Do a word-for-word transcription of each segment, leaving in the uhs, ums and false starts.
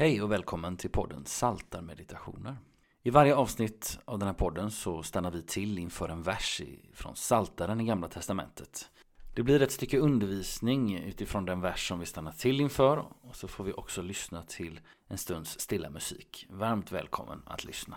Hej och välkommen till podden Psaltarmeditationer. I varje avsnitt av den här podden så stannar vi till inför en vers från Psaltaren i Gamla testamentet. Det blir ett stycke undervisning utifrån den vers som vi stannar till inför, och så får vi också lyssna till en stunds stilla musik. Varmt välkommen att lyssna.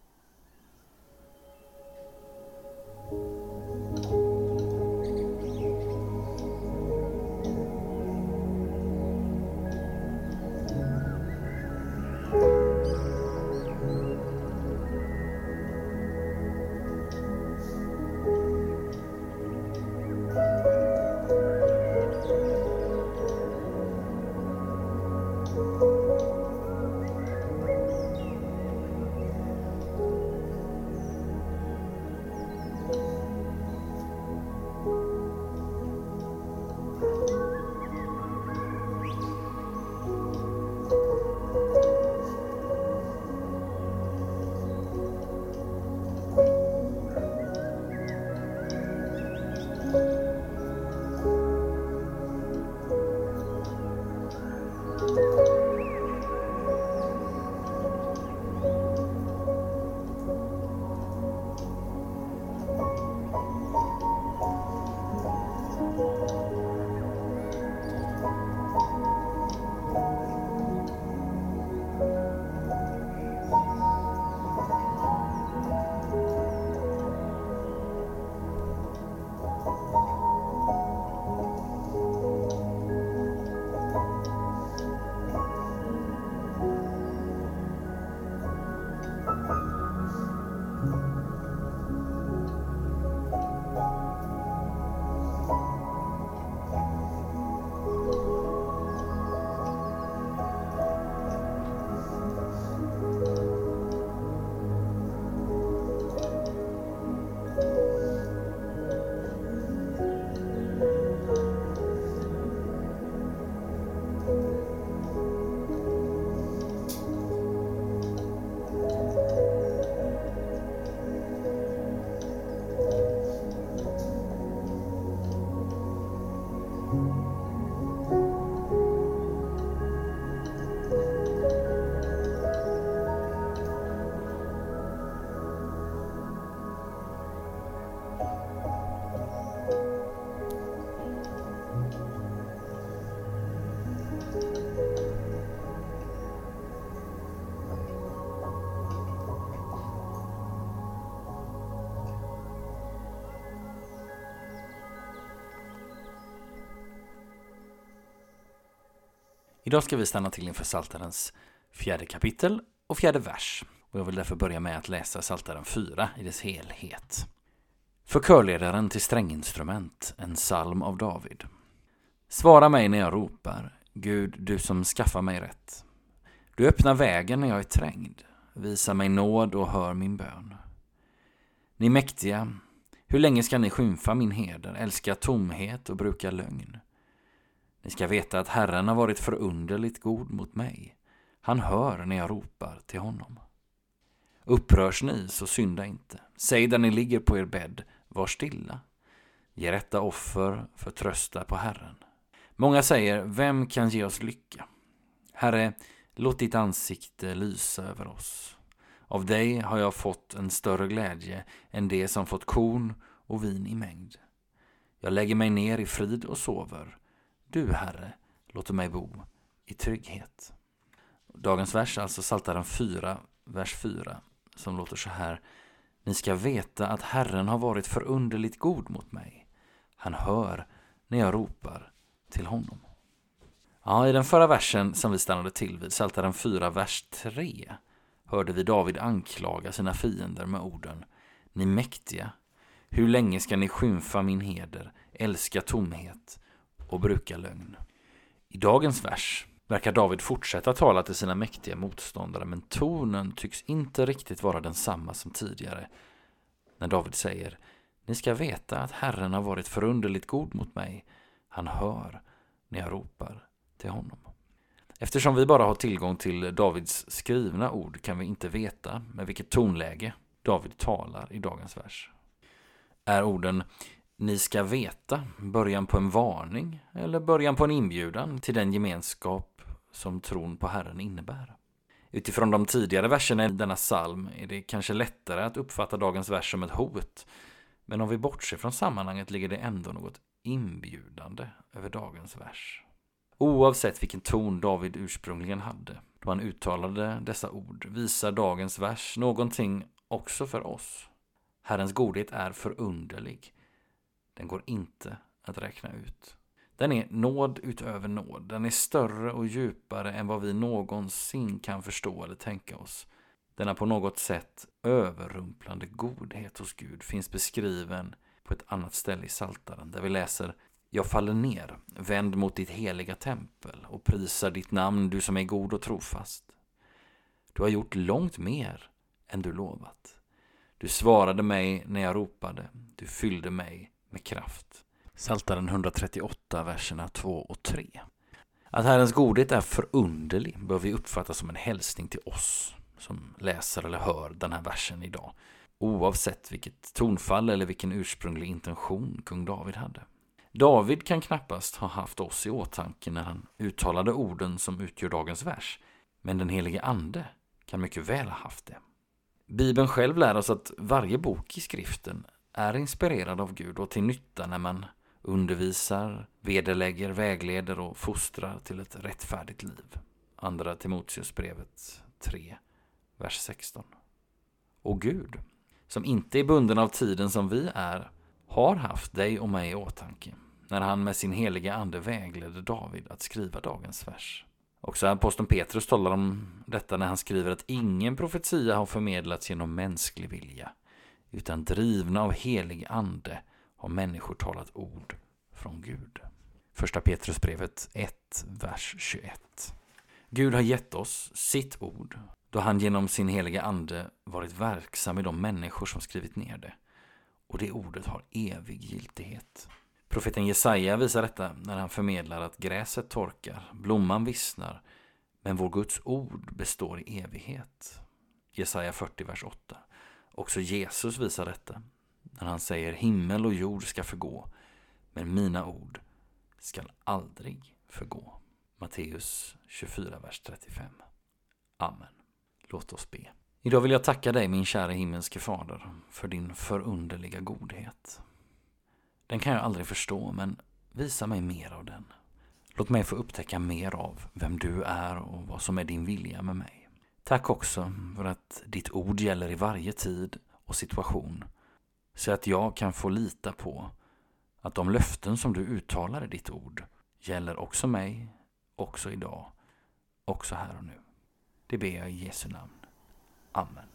Idag ska vi stanna till inför Psaltarens fjärde kapitel och fjärde vers. Och jag vill därför börja med att läsa Psaltaren fyra i dess helhet. För körledaren till stränginstrument, en psalm av David. Svara mig när jag ropar, Gud, du som skaffar mig rätt. Du öppnar vägen när jag är trängd. Visa mig nåd och hör min bön. Ni mäktiga, hur länge ska ni skymfa min heder, älska tomhet och bruka lögn? Ni ska veta att Herren har varit förunderligt god mot mig. Han hör när jag ropar till honom. Upprörs ni, så synda inte. Säg där ni ligger på er bädd, var stilla. Ge rätta offer, förtrösta på Herren. Många säger, vem kan ge oss lycka? Herre, låt ditt ansikte lysa över oss. Av dig har jag fått en större glädje än det som fått korn och vin i mängd. Jag lägger mig ner i frid och sover. Du, Herre, låter mig bo i trygghet. Dagens vers, alltså Psaltaren fyra, vers fyra, som låter så här. Ni ska veta att Herren har varit förunderligt god mot mig. Han hör när jag ropar till honom. Ja, i den förra versen som vi stannade till vid, Psaltaren fyra, vers tre, hörde vi David anklaga sina fiender med orden. Ni mäktiga, hur länge ska ni skymfa min heder, älska tomhet och bruka lögn? I dagens vers verkar David fortsätta tala till sina mäktiga motståndare, men tonen tycks inte riktigt vara densamma som tidigare. När David säger, ni ska veta att Herren har varit förunderligt god mot mig. Han hör när jag ropar till honom. Eftersom vi bara har tillgång till Davids skrivna ord kan vi inte veta med vilket tonläge David talar i dagens vers. Är orden ni ska veta början på en varning eller början på en inbjudan till den gemenskap som tron på Herren innebär. Utifrån de tidigare verserna i denna psalm är det kanske lättare att uppfatta dagens vers som ett hot. Men om vi bortser från sammanhanget ligger det ändå något inbjudande över dagens vers. Oavsett vilken ton David ursprungligen hade då han uttalade dessa ord visar dagens vers någonting också för oss. Herrens godhet är förunderlig. Den går inte att räkna ut. Den är nåd utöver nåd. Den är större och djupare än vad vi någonsin kan förstå eller tänka oss. Denna på något sätt överrumplande godhet hos Gud finns beskriven på ett annat ställe i Psaltaren där vi läser: Jag faller ner, vänd mot ditt heliga tempel och prisar ditt namn, du som är god och trofast. Du har gjort långt mer än du lovat. Du svarade mig när jag ropade, du fyllde mig med kraft. Psaltaren hundratrettioåtta, verserna två och tre. Att Herrens godhet är förunderlig bör vi uppfatta som en hälsning till oss som läser eller hör den här versen idag, oavsett vilket tonfall eller vilken ursprunglig intention kung David hade. David kan knappast ha haft oss i åtanke när han uttalade orden som utgör dagens vers, men den helige ande kan mycket väl ha haft det. Bibeln själv lär oss att varje bok i skriften är inspirerad av Gud och till nytta när man undervisar, vederlägger, vägleder och fostrar till ett rättfärdigt liv. Andra Timoteusbrevet tre, vers sexton. Och Gud, som inte är bunden av tiden som vi är, har haft dig och mig i åtanke när han med sin heliga ande vägledde David att skriva dagens vers. Också aposteln Petrus talar om detta när han skriver att ingen profetia har förmedlats genom mänsklig vilja, utan drivna av helig ande har människor talat ord från Gud. Första Petrusbrevet ett, vers tjugoett. Gud har gett oss sitt ord då han genom sin heliga ande varit verksam i de människor som skrivit ner det. Och det ordet har evig giltighet. Profeten Jesaja visar detta när han förmedlar att gräset torkar, blomman vissnar, men vår Guds ord består i evighet. Jesaja fyrtio, vers åtta. Också Jesus visar detta när han säger: himmel och jord ska förgå, men mina ord ska aldrig förgå. Matteus tjugofyra, vers trettiofem. Amen. Låt oss be. Idag vill jag tacka dig, min kära himmelske fader, för din förunderliga godhet. Den kan jag aldrig förstå, men visa mig mer av den. Låt mig få upptäcka mer av vem du är och vad som är din vilja med mig. Tack också för att ditt ord gäller i varje tid och situation, så att jag kan få lita på att de löften som du uttalar i ditt ord gäller också mig, också idag, också här och nu. Det ber jag i Jesu namn. Amen.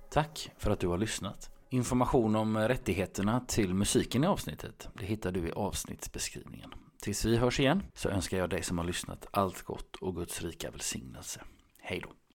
Tack för att du har lyssnat. Information om rättigheterna till musiken i avsnittet, det hittar du i avsnittsbeskrivningen. Tills vi hörs igen så önskar jag dig som har lyssnat allt gott och Guds rika välsignelse. Hej då!